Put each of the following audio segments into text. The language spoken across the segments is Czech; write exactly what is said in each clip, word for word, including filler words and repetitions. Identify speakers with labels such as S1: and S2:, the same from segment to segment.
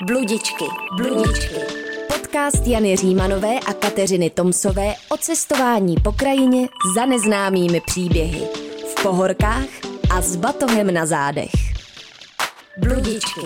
S1: Bludičky, bludičky. Podcast Jany Římanové a Kateřiny Tomsové o cestování po krajině za neznámými příběhy. V pohorkách a s batohem na zádech. Bludičky.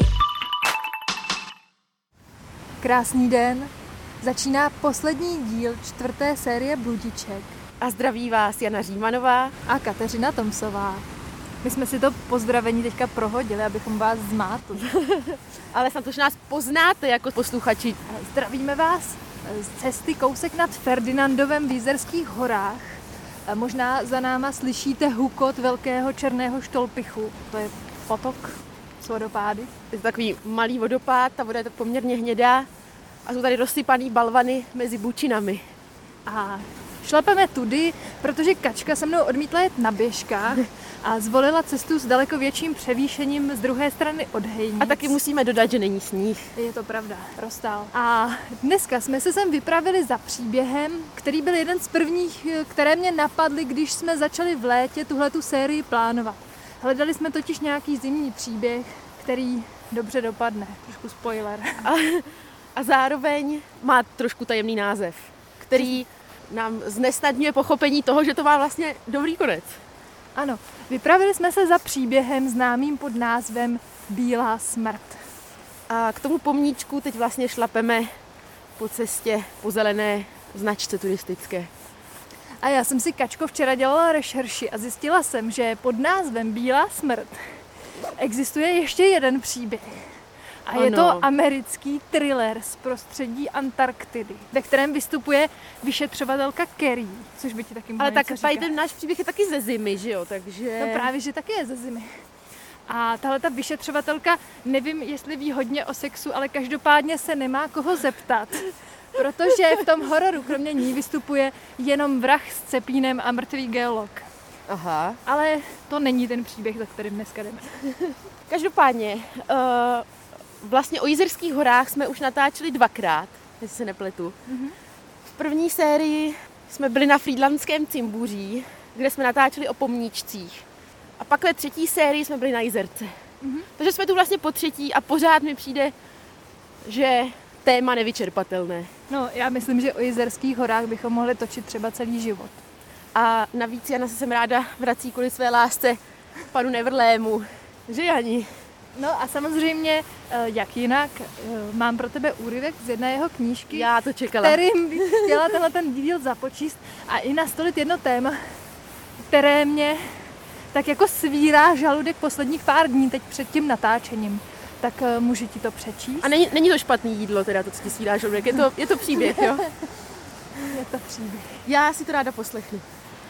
S2: Krásný den. Začíná poslední díl čtvrté série Bludiček.
S3: A zdraví vás Jana Římanová
S2: a Kateřina Tomsová. My jsme si to pozdravení teďka prohodili, abychom vás zmátli.
S3: Ale snad už nás poznáte jako posluchači.
S2: Zdravíme vás z cesty kousek nad Ferdinandovem v Jizerských horách. Možná za náma slyšíte hukot velkého černého štolpichu. To je potok s vodopády.
S3: Je to takový malý vodopád, ta voda je to poměrně hnědá a jsou tady rozsypaný balvany mezi bučinami.
S2: A šlapeme tudy, protože Kačka se mnou odmítla jet na běžkách a zvolila cestu s daleko větším převýšením z druhé strany od Hejnic.
S3: A taky musíme dodat, že není sníh.
S2: Je to pravda, roztál. A dneska jsme se sem vypravili za příběhem, který byl jeden z prvních, které mě napadly, když jsme začali v létě tuhletu sérii plánovat. Hledali jsme totiž nějaký zimní příběh, který dobře dopadne. Trošku spoiler.
S3: A, a zároveň má trošku tajemný název, který nám znesnadňuje pochopení toho, že to má vlastně dobrý konec.
S2: Ano, vypravili jsme se za příběhem známým pod názvem Bílá smrt.
S3: A k tomu pomníčku teď vlastně šlapeme po cestě po zelené značce turistické.
S2: A já jsem si, Kačko, včera dělala rešerši a zjistila jsem, že pod názvem Bílá smrt existuje ještě jeden příběh. A ano. Je to americký thriller z prostředí Antarktidy, ve kterém vystupuje vyšetřovatelka Carrie, což by ti taky mohla.
S3: Ale tak tady ten náš příběh je taky ze zimy, že jo, takže...
S2: No právě, že taky je ze zimy. A tahle ta vyšetřovatelka, nevím, jestli ví hodně o sexu, ale každopádně se nemá koho zeptat, protože v tom hororu kromě ní vystupuje jenom vrah s cepínem a mrtvý geolog.
S3: Aha.
S2: Ale to není ten příběh, za kterým dneska jdeme.
S3: Každopádně... Uh... Vlastně o Jizerských horách jsme už natáčeli dvakrát, jestli se nepletu. Mm-hmm. V první sérii jsme byli na Frýdlantském Cimbuří, kde jsme natáčeli o pomníčcích. A pak ve třetí sérii jsme byli na Jizerce. Mm-hmm. Takže jsme tu vlastně po třetí a pořád mi přijde, že téma nevyčerpatelné.
S2: No, já myslím, že o Jizerských horách bychom mohli točit třeba celý život.
S3: A navíc Jana se sem ráda vrací kvůli své lásce panu Neverlému. Že Jani?
S2: No a samozřejmě, jak jinak, mám pro tebe úryvek z jedné jeho knížky,
S3: Já to čekala.
S2: kterým bych chtěla tenhle ten díl započíst a i nastolit jedno téma, které mě tak jako svírá žaludek posledních pár dní teď před tím natáčením. Tak můžu ti to přečíst?
S3: A není, není to špatný jídlo, teda to, co ti svírá žaludek, je to, je to příběh, jo?
S2: Je to příběh.
S3: Já si to ráda poslechnu.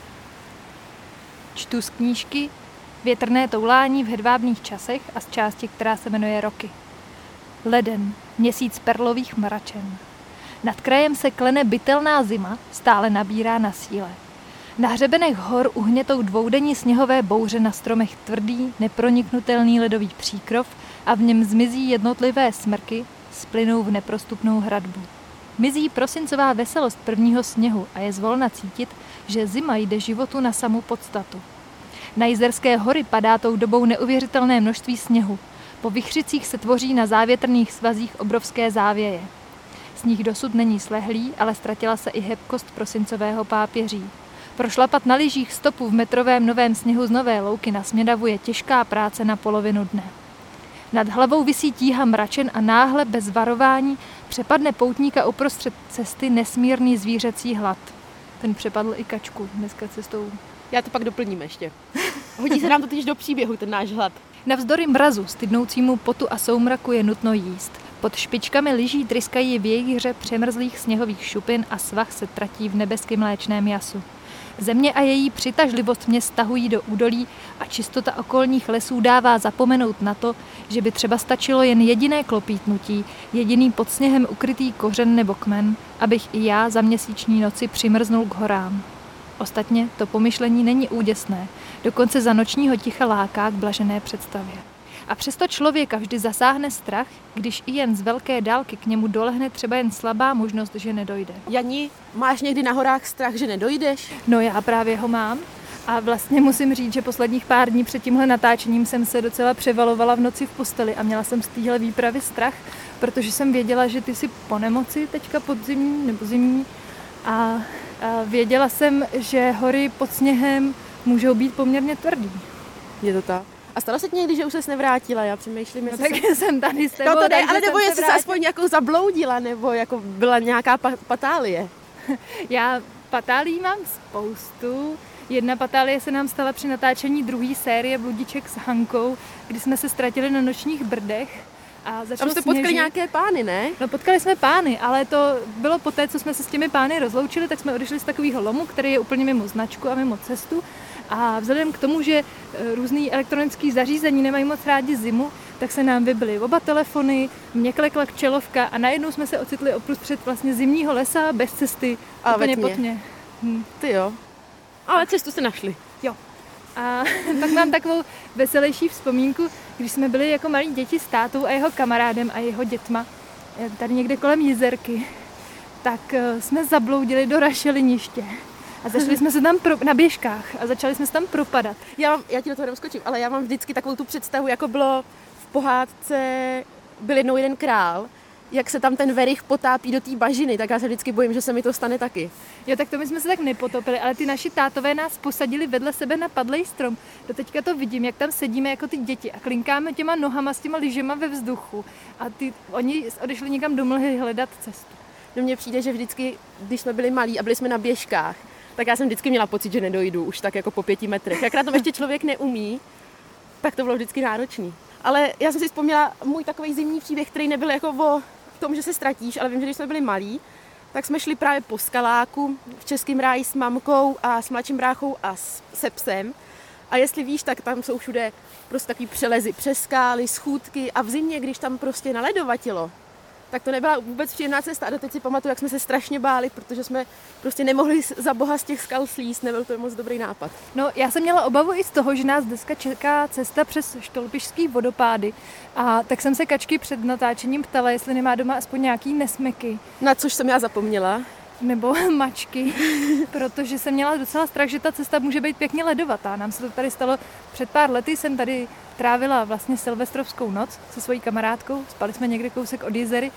S2: Čtu z knížky Větrné toulání v hedvábných časech a z části, která se jmenuje Roky. Leden, měsíc perlových mračen. Nad krajem se klene bytelná zima, stále nabírá na síle. Na hřebenech hor uhnětou dvoudenní sněhové bouře, na stromech tvrdý, neproniknutelný ledový příkrov a v něm zmizí jednotlivé smrky, splynou v neprostupnou hradbu. Mizí prosincová veselost prvního sněhu a je zvolna cítit, že zima jde životu na samu podstatu. Na Jizerské hory padá tou dobou neuvěřitelné množství sněhu. Po vichřicích se tvoří na závětrných svazích obrovské závěje. Sníh dosud není slehlý, ale ztratila se i hebkost prosincového pápěří. Prošlapat na lyžích stopu v metrovém novém sněhu z Nové Louky na Smědavu je těžká práce na polovinu dne. Nad hlavou visí tíha mračen a náhle bez varování přepadne poutníka uprostřed cesty nesmírný zvířecí hlad. Ten přepadl i Kačku dneska cestou.
S3: Já to pak doplním ještě. Hodí se nám totiž do příběhu ten náš hlad.
S2: Navzdory mrazu, stydnoucímu potu a soumraku je nutno jíst. Pod špičkami lyží tryskají v jejich hře přemrzlých sněhových šupin a svah se tratí v nebesky mléčném jasu. Země a její přitažlivost mě stahují do údolí a čistota okolních lesů dává zapomenout na to, že by třeba stačilo jen jediné klopítnutí, jediný pod sněhem ukrytý kořen nebo kmen, abych i já za měsíční noci přimrznul k horám. Ostatně to pomyšlení není úděsné, dokonce za nočního ticha láká k blažené představě. A přesto člověka vždy zasáhne strach, když i jen z velké dálky k němu dolehne třeba jen slabá možnost, že nedojde.
S3: Jani, máš někdy na horách strach, že nedojdeš?
S2: No já právě ho mám. A vlastně musím říct, že posledních pár dní před tímhle natáčením jsem se docela převalovala v noci v posteli a měla jsem z téhle výpravy strach, protože jsem věděla, že ty jsi po nemoci teďka podzimní nebo zimní a, a věděla jsem, že hory pod sněhem můžou být poměrně tvrdý.
S3: Je to tak. A stalo se ti někdy, že už ses nevrátila? Já přemýšlím,
S2: No,
S3: jestli
S2: tak
S3: jsem...
S2: jsem tady s tebou.
S3: No to ne, ale
S2: jsem
S3: nebo
S2: se
S3: jestli se aspoň jako zabloudila, nebo jako byla nějaká pa- patálie.
S2: Já patálí mám spoustu. Jedna patálie se nám stala při natáčení druhé série Bludiček s Hankou, kdy jsme se ztratili na nočních Brdech. A
S3: Tam jste potkali nějaké pány, ne?
S2: No potkali jsme pány, ale to bylo poté, co jsme se s těmi pány rozloučili, tak jsme odešli z takového lomu, který je úplně mimo značku a mimo cestu. A vzhledem k tomu, že různý elektronické zařízení nemají moc rádi zimu, tak se nám vybily oba telefony, mě klekla čelovka a najednou jsme se ocitli uprostřed vlastně zimního lesa, bez cesty,
S3: a
S2: úplně pod mě. Hm.
S3: Ty jo. Ale cestu se našli.
S2: Jo. A pak mám takovou veselější vzpomínku, když jsme byli jako malí děti s tátou a jeho kamarádem a jeho dětma tady někde kolem jezerky, tak jsme zabloudili do rašeliniště. A začali jsme se tam pro, na běžkách a začali jsme se tam propadat.
S3: Já, mám, já ti do toho neskočím, ale já mám vždycky takovou tu představu, jako bylo v pohádce Byl jednou jeden král, jak se tam ten verich potápí do té bažiny, tak já se vždycky bojím, že se mi to stane taky.
S2: Jo, tak to my jsme se tak nepotopili, ale ty naši tátové nás posadili vedle sebe na padlej strom. Do teďka to vidím, jak tam sedíme jako ty děti a klinkáme těma nohama s těma lyžema ve vzduchu. A ty, oni odešli někam do mlhy hledat cestu.
S3: No mně přijde, že vždycky, když jsme byli malí a byli jsme na běžkách, tak já jsem vždycky měla pocit, že nedojdu už tak jako po pěti metrech. Jak na tom ještě člověk neumí, tak to bylo vždycky náročný. Ale já jsem si vzpomněla můj takový zimní příběh, který nebyl jako o tom, že se ztratíš, ale vím, že když jsme byli malí, tak jsme šli právě po skaláku v Českém ráji s mamkou a s mladším bráchou a s, se psem. A jestli víš, tak tam jsou všude prostě takový přelezy přes skály, schůdky a v zimě, když tam prostě naledovatilo, tak to nebyla vůbec příjemná cesta. A doteď si pamatuju, jak jsme se strašně báli, protože jsme prostě nemohli za boha z těch skal slízt, nebyl to moc dobrý nápad.
S2: No, já jsem měla obavu i z toho, že nás dneska čeká cesta přes štolpišský vodopády. A tak jsem se Kačky před natáčením ptala, jestli nemá doma aspoň nějaký nesmeky.
S3: Na což jsem já zapomněla.
S2: Nebo mačky, protože jsem měla docela strach, že ta cesta může být pěkně ledovatá. Nám se to tady stalo před pár lety, jsem tady trávila vlastně silvestrovskou noc se svojí kamarádkou, spali jsme někde kousek od jezery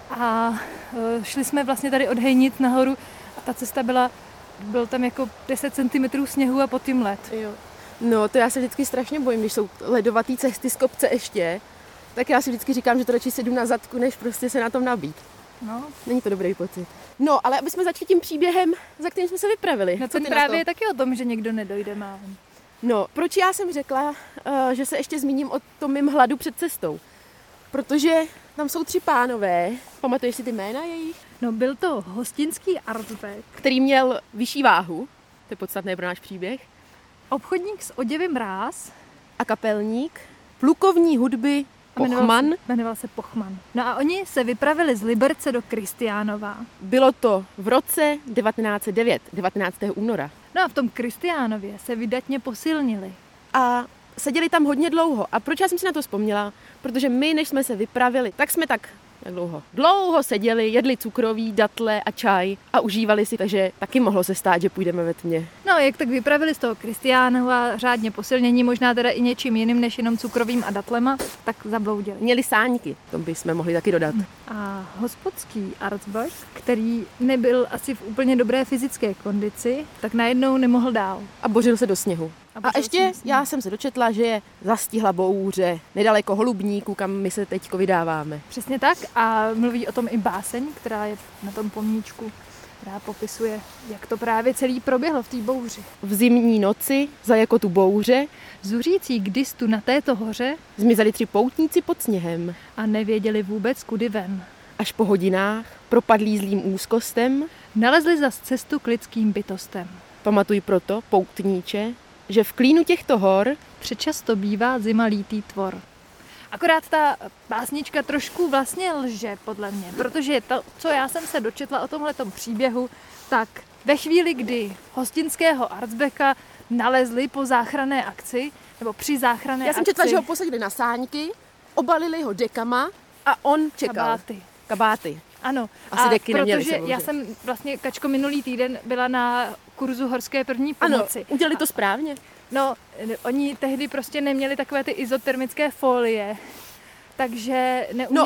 S2: a šli jsme vlastně tady od Hejnic nahoru a ta cesta byla, byl tam jako deset centimetrů sněhu a pod tím led.
S3: Jo. No to já se vždycky strašně bojím, když jsou ledovatý cesty z kopce ještě, tak já si vždycky říkám, že to radši sedu na zadku, než prostě se na tom nabít.
S2: No.
S3: Není to dobrý pocit. No, ale aby jsme začali tím příběhem, za kterým jsme se vypravili.
S2: No ten právě je taky o tom, že někdo nedojde málem.
S3: No, proč já jsem řekla, uh, že se ještě zmíním o tom mým hladu před cestou? Protože tam jsou tři pánové, pamatuješ si ty jména jejich?
S2: No, byl to hostinský Arzbek,
S3: který měl vyšší váhu, to je podstatné pro náš příběh,
S2: obchodník s oděvy Mráz
S3: a kapelník, plukovní hudby Pochman.
S2: Jmenoval se, jmenoval se Pochman. No a oni se vypravili z Liberce do Kristiánova.
S3: Bylo to v roce devatenáct set devět, devatenáctého února.
S2: No a v tom Kristiánově se vydatně posilnili.
S3: A seděli tam hodně dlouho. A proč já jsem si na to vzpomněla? Protože my, než jsme se vypravili, tak jsme tak jak dlouho? Dlouho seděli, jedli cukroví, datle a čaj a užívali si, takže taky mohlo se stát, že půjdeme ve tmě.
S2: No, jak tak vypravili z toho Kristiánova řádně posilnění, možná teda i něčím jiným než jenom cukrovým a datlema, tak zabloudili.
S3: Měli sáňky, to bychom mohli taky dodat.
S2: A hospodský Arzbek, který nebyl asi v úplně dobré fyzické kondici, tak najednou nemohl dál.
S3: A bořil se do sněhu. A, a ještě já jsem se dočetla, že je zastihla bouře nedaleko Holubníku, kam my se teďko vydáváme.
S2: Přesně tak a mluví o tom i báseň, která je na tom pomníčku, která popisuje, jak to právě celý proběhlo v té bouři.
S3: V zimní noci za jako tu bouře
S2: zuřící kdystu na této hoře
S3: zmizeli tři poutníci pod sněhem
S2: a nevěděli vůbec kudy ven.
S3: Až po hodinách, propadlí zlým úzkostem,
S2: nalezli zas cestu k lidským bytostem.
S3: Pamatuj proto, poutníče, že v klínu těchto hor
S2: přečasto bývá zima lítý tvor. Akorát ta básnička trošku vlastně lže, podle mě, protože to, co já jsem se dočetla o tomhletom příběhu, tak ve chvíli, kdy hostinského Arzbeka nalezli po záchranné akci, nebo při záchranné akci...
S3: Já jsem četla, že ho posadili na sáňky, obalili ho dekama a on čekal.
S2: Kabáty.
S3: Kabáty.
S2: Ano,
S3: asi
S2: a
S3: deky neměli
S2: protože
S3: samozřejmě.
S2: Já jsem vlastně, Kačko, minulý týden byla na kurzu horské první pomoci.
S3: Ano, udělali to správně.
S2: No, oni tehdy prostě neměli takové ty izotermické folie, takže neumě...
S3: No,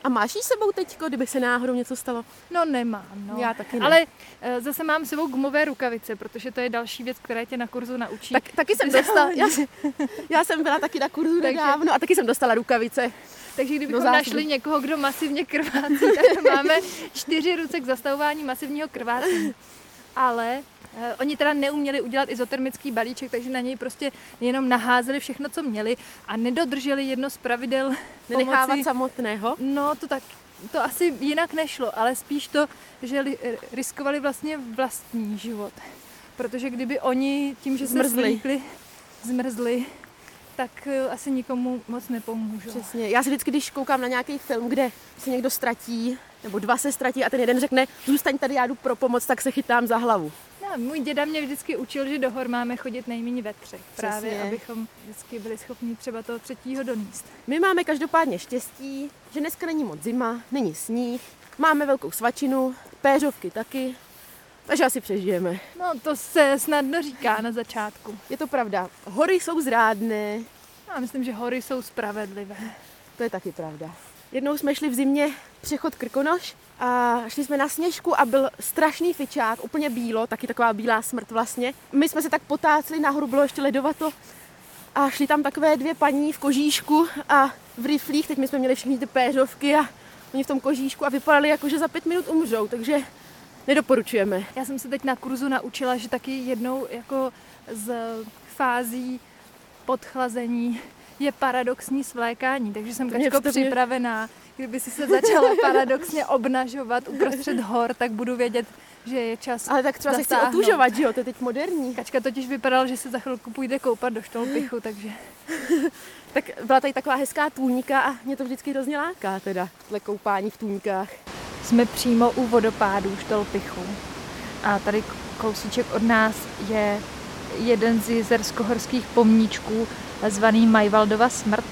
S3: A máš jí sebou teďko, kdyby se náhodou něco stalo?
S2: No nemám, no.
S3: Já taky ne.
S2: Ale uh, zase mám sebou gumové rukavice, protože to je další věc, která tě na kurzu naučí.
S3: Tak, taky jsem dostala, já, já jsem byla taky na kurzu takže, nedávno a taky jsem dostala rukavice.
S2: Takže kdybychom našli někoho, kdo masivně krvácí, tak máme čtyři ruce k zastavování masivního krvácení. Ale uh, oni teda neuměli udělat izotermický balíček, takže na něj prostě jenom naházeli všechno, co měli a nedodrželi jedno z pravidel
S3: nenechávat
S2: pomoci.
S3: Samotného?
S2: No to tak, to asi jinak nešlo, ale spíš to, že li, riskovali vlastně vlastní život. Protože kdyby oni tím, že se
S3: zmrzli,
S2: slíkli, zmrzli, tak uh, asi nikomu moc nepomůžou.
S3: Přesně. Já si vždycky, když koukám na nějaký film, kde se někdo ztratí, nebo dva se ztratí a ten jeden řekne, zůstaň tady, já jdu pro pomoc, tak se chytám za hlavu.
S2: No, můj děda mě vždycky učil, že do hor máme chodit nejméně ve třech. Právě,
S3: Přesně.
S2: Abychom vždycky byli schopni třeba toho třetího doníst.
S3: My máme každopádně štěstí, že dneska není moc zima, není sníh, máme velkou svačinu, péřovky taky, takže asi přežijeme.
S2: No, to se snadno říká na začátku.
S3: Je to pravda. Hory jsou zrádné.
S2: Já myslím, že hory jsou spravedlivé.
S3: To je taky pravda. Jednou jsme šli v zimě přechod Krkonoš a šli jsme na Sněžku a byl strašný fičák, úplně bílo, taky taková bílá smrt vlastně. My jsme se tak potácli, nahoru bylo ještě ledovato a šli tam takové dvě paní v kožíšku a v riflích, teď my jsme měli všichni ty péřovky a oni v tom kožíšku a vypadali jako, že za pět minut umřou, takže nedoporučujeme.
S2: Já jsem se teď na kurzu naučila, že taky jednou jako z fází podchlazení je paradoxní svlékání, takže jsem, Kačko, připravená. Kdyby si se začala paradoxně obnažovat uprostřed hor, tak budu vědět, že je čas
S3: Ale tak třeba
S2: zasáhnout.
S3: se chci otužovat, že jo, to je teď moderní.
S2: Kačka totiž vypadala, že se za chvilku půjde koupat do Štolpichu, takže...
S3: Tak byla tady taková hezká tůňka a mě to vždycky hrozně láká teda, tohle koupání v tůňkách.
S2: Jsme přímo u vodopádů Štolpichu a tady kousíček od nás je jeden z jezerskohorských pomníčků zvaný Majvaldova smrt.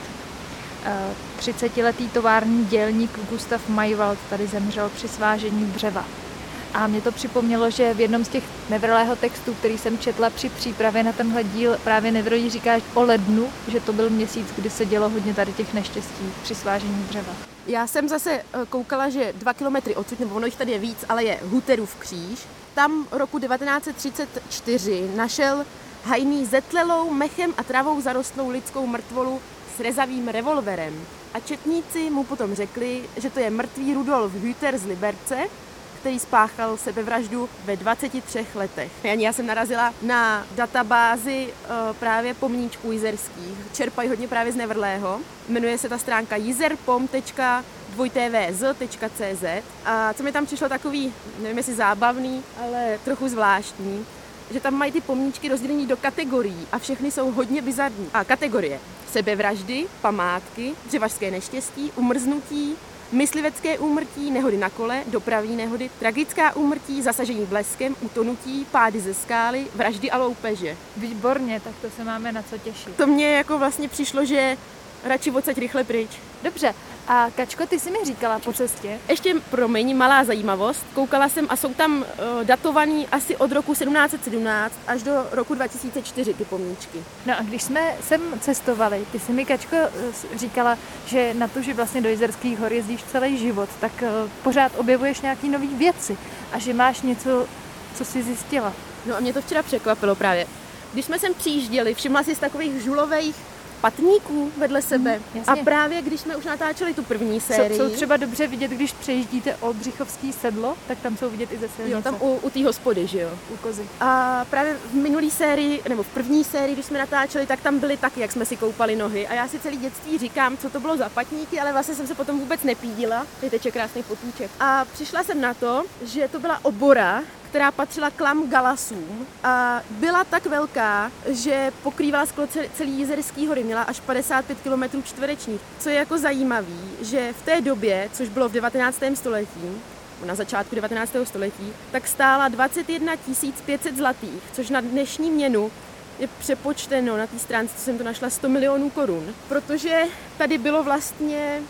S2: třicetiletý tovární dělník Gustav Majvald tady zemřel při svážení dřeva. A mě to připomnělo, že v jednom z těch Nevrlého textů, který jsem četla při přípravě na tenhle díl, právě Nevrlý říká o lednu, že to byl měsíc, kdy se dělo hodně tady těch neštěstí při svážení dřeva.
S3: Já jsem zase koukala, že dva kilometry odsud, nebo ono jich tady je víc, ale je Huterův kříž. Tam roku devatenáct set třicet čtyři našel hajný zetlelou, mechem a travou zarostlou lidskou mrtvolu s rezavým revolverem. A četníci mu potom řekli, že to je mrtvý Rudolf Hüter z Liberce, který spáchal sebevraždu ve dvaceti třech letech. Já jsem narazila na databázi uh, právě pomníčků jizerských. Čerpají hodně právě z Nevrlého. Jmenuje se ta stránka jizerpom tečka dvojtvz tečka cz a co mi tam přišlo takový, nevím jestli zábavný, ale trochu zvláštní, že tam mají ty pomníčky rozdělení do kategorií a všechny jsou hodně bizarní. A kategorie: sebevraždy, památky, dřevařské neštěstí, umrznutí, myslivecké úmrtí, nehody na kole, dopravní nehody, tragická úmrtí, zasažení bleskem, utonutí, pády ze skály, vraždy a loupeže.
S2: Výborně, tak to se máme na co těšit.
S3: To mně jako vlastně přišlo, že radši odsaď rychle pryč.
S2: Dobře, a Kačko, ty jsi mi říkala po cestě.
S3: Ještě promiň, malá zajímavost. Koukala jsem a jsou tam uh, datovaný asi od roku sedmnáct set sedmnáct až do roku dva tisíce čtyři ty pomníčky.
S2: No a když jsme sem cestovali, ty jsi mi, Kačko, říkala, že na to, že vlastně do Jizerských hor jezdíš celý život, tak uh, pořád objevuješ nějaký nový věci a že máš něco, co jsi zjistila.
S3: No a mě to včera překvapilo právě. Když jsme sem přijížděli, všimla jsi z takových žulových patníků vedle sebe.
S2: Mm,
S3: a právě když jsme už natáčeli tu první sérii.
S2: Jsou, jsou třeba dobře vidět, když přejíždíte Oldřichovský sedlo, tak tam jsou vidět i ze silnice.
S3: Jo, tam u, u té hospody, že jo?
S2: U kozy.
S3: A právě v minulý sérii, nebo v první sérii, když jsme natáčeli, tak tam byly taky, jak jsme si koupali nohy. A já si celý dětství říkám, co to bylo za patníky, ale vlastně jsem se potom vůbec nepídila. Tady teče krásný potůček. A přišla jsem na to, že to byla obora, která patřila klam Galasům a byla tak velká, že pokrývala skoro celý Jizerský hory, měla až padesát pět kilometrů čtverečních. Co je jako zajímavý, že v té době, což bylo v devatenáctém století, na začátku devatenáctého století, tak stála dvacet jedna tisíc pět set zlatých, což na dnešní měnu je přepočteno na té stránce, co jsem to našla, sto milionů korun, protože tady bylo vlastně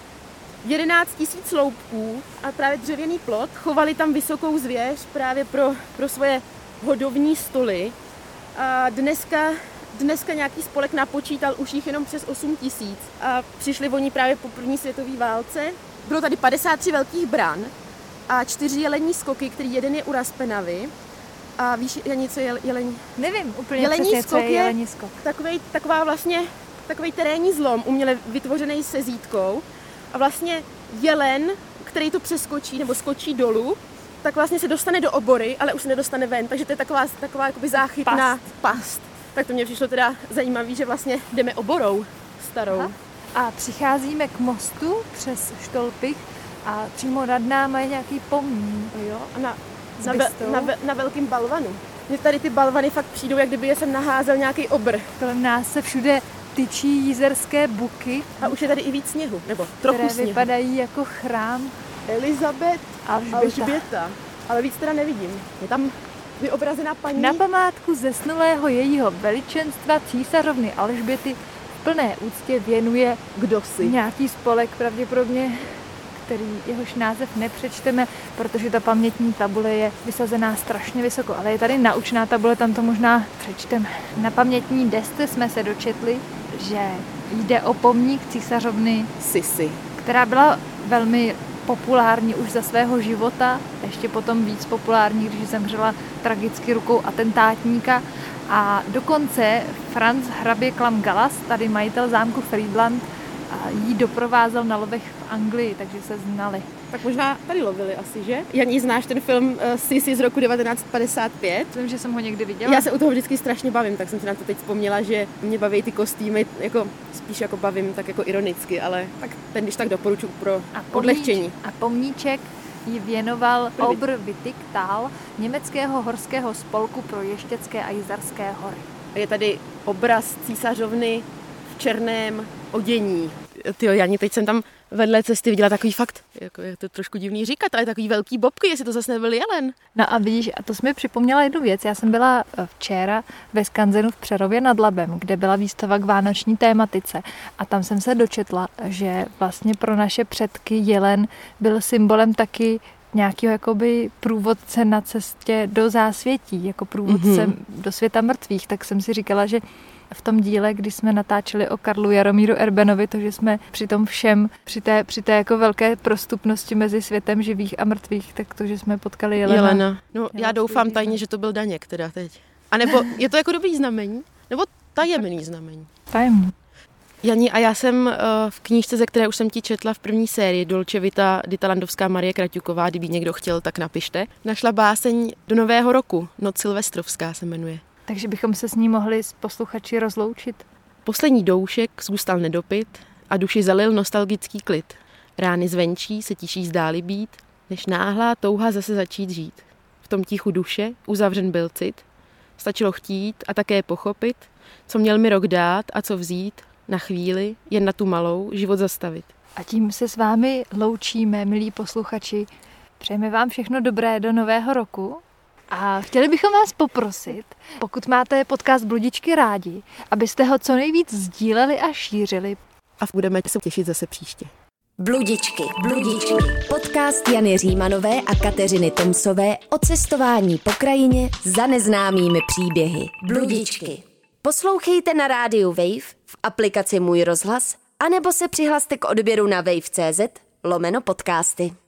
S3: jedenáct tisíc sloupků a právě dřevěný plot. Chovali tam vysokou zvěř právě pro, pro svoje hodovní stoly. A dneska, dneska nějaký spolek napočítal už jich jenom přes osm tisíc. A přišli oni právě po první světové válce bylo tady padesát tři velkých bran a čtyři jelení skoky, který jeden je u Raspenavy. A víš, Jani, co je jelení?
S2: Nevím úplně
S3: jelení
S2: přesně,
S3: skok
S2: co je jelení skok.
S3: Takovej, taková vlastně, takovej terénní zlom, uměle vytvořený se zítkou. A vlastně jelen, který to přeskočí nebo skočí dolů, tak vlastně se dostane do obory, ale už se nedostane ven. Takže to je taková, taková jakoby záchytná past. past. Tak to mě přišlo teda zajímavý, že vlastně jdeme oborou starou.
S2: Aha. A přicházíme k mostu přes Štolpich a přímo nad námi je nějaký pomník.
S3: Jo, a na, na, ve, na, ve, na velkým balvanu. Mně tady ty balvany fakt přijdou, jak kdyby je sem naházel nějaký obr.
S2: Kolem nás se všude tyčí jízerské buky.
S3: A už je tady i víc sněhu, nebo trochu
S2: které
S3: sněhu.
S2: vypadají jako chrám
S3: Elizabeth
S2: Alžběta.
S3: Alžběta. Ale víc teda nevidím. Je tam vyobrazená paní.
S2: Na památku zesnulého jejího veličenstva císařovny Alžběty v plné úctě věnuje
S3: Kdo si?
S2: nějaký spolek, pravděpodobně, který jehož název nepřečteme, protože ta pamětní tabule je vysazená strašně vysoko. Ale je tady naučná tabule, tam to možná přečteme. Na pamětní desce jsme se dočetli, že jde o pomník císařovny
S3: Sisi,
S2: která byla velmi populární už za svého života, ještě potom víc populární, když zemřela tragicky rukou atentátníka. A dokonce Franz hrabě Klam-Gallas, tady majitel zámku Friedland, jí doprovázel na lovech v Anglii, takže se znali.
S3: Tak možná tady lovili asi, že? Janí, znáš ten film uh, Sisi z roku devatenáct padesát pět?
S2: Vím, že jsem ho někdy viděla.
S3: Já se u toho vždycky strašně bavím, tak jsem si na to teď vzpomněla, že mě baví ty kostýmy, jako spíš jako bavím, tak jako ironicky, ale tak ten když tak doporučuji pro
S2: a
S3: odlehčení.
S2: A pomníček jí věnoval
S3: Prvý.
S2: Oberwittigtal, německého horského spolku pro ještěcké a jizerské hory.
S3: Je tady obraz císařovny v černém odění. Tyjo, Jani, teď jsem tam vedle cesty viděla takový fakt, jako je to trošku divný říkat, ale takový velký bobky, jestli to zase nebyl jelen.
S2: No a vidíš, a to jsi mi připomněla jednu věc. Já jsem byla včera ve Skanzenu v Přerově nad Labem, kde byla výstava k vánoční tématice. A tam jsem se dočetla, že vlastně pro naše předky jelen byl symbolem taky nějakého jakoby průvodce na cestě do zásvětí, jako průvodce mm-hmm. do světa mrtvých. Tak jsem si říkala, že v tom díle, kdy jsme natáčeli o Karlu Jaromíru Erbenovi, to, že jsme při tom všem, při té, při té jako velké prostupnosti mezi světem živých a mrtvých, tak to, že jsme potkali Jelena.
S3: Jelena. No, já doufám tajně, že to byl Daněk teda teď. A nebo je to jako dobrý znamení? Nebo tajemný znamení?
S2: Tajemný.
S3: Jani, a já jsem uh, v knížce, ze které už jsem ti četla v první sérii, Dolce Vita, Dita Landovská, Marie Kraťuková, kdyby někdo chtěl, tak napište, našla báseň do Nového roku, Noc silvestrovská se jmenuje.
S2: Takže bychom se s ní mohli s posluchači rozloučit.
S3: Poslední doušek zůstal nedopit a duši zalil nostalgický klid. Rány zvenčí se tiší zdáli být, než náhlá touha zase začít žít. V tom tichu duše uzavřen byl cit, stačilo chtít a také pochopit, co měl mi rok dát a co vzít, na chvíli, jen na tu malou, život zastavit.
S2: A tím se s vámi loučíme, milí posluchači. Přejeme vám všechno dobré do nového roku. A chtěli bychom vás poprosit, pokud máte podcast Bludičky rádi, abyste ho co nejvíc sdíleli a šířili.
S3: A budeme se těšit zase příště.
S1: Bludičky, bludičky. Podcast Jany Římanové a Kateřiny Tomsové o cestování po krajině za neznámými příběhy. Bludičky. Poslouchejte na rádiu Wave, v aplikaci Můj rozhlas, anebo se přihlaste k odběru na wave tečka cz lomeno podcasty.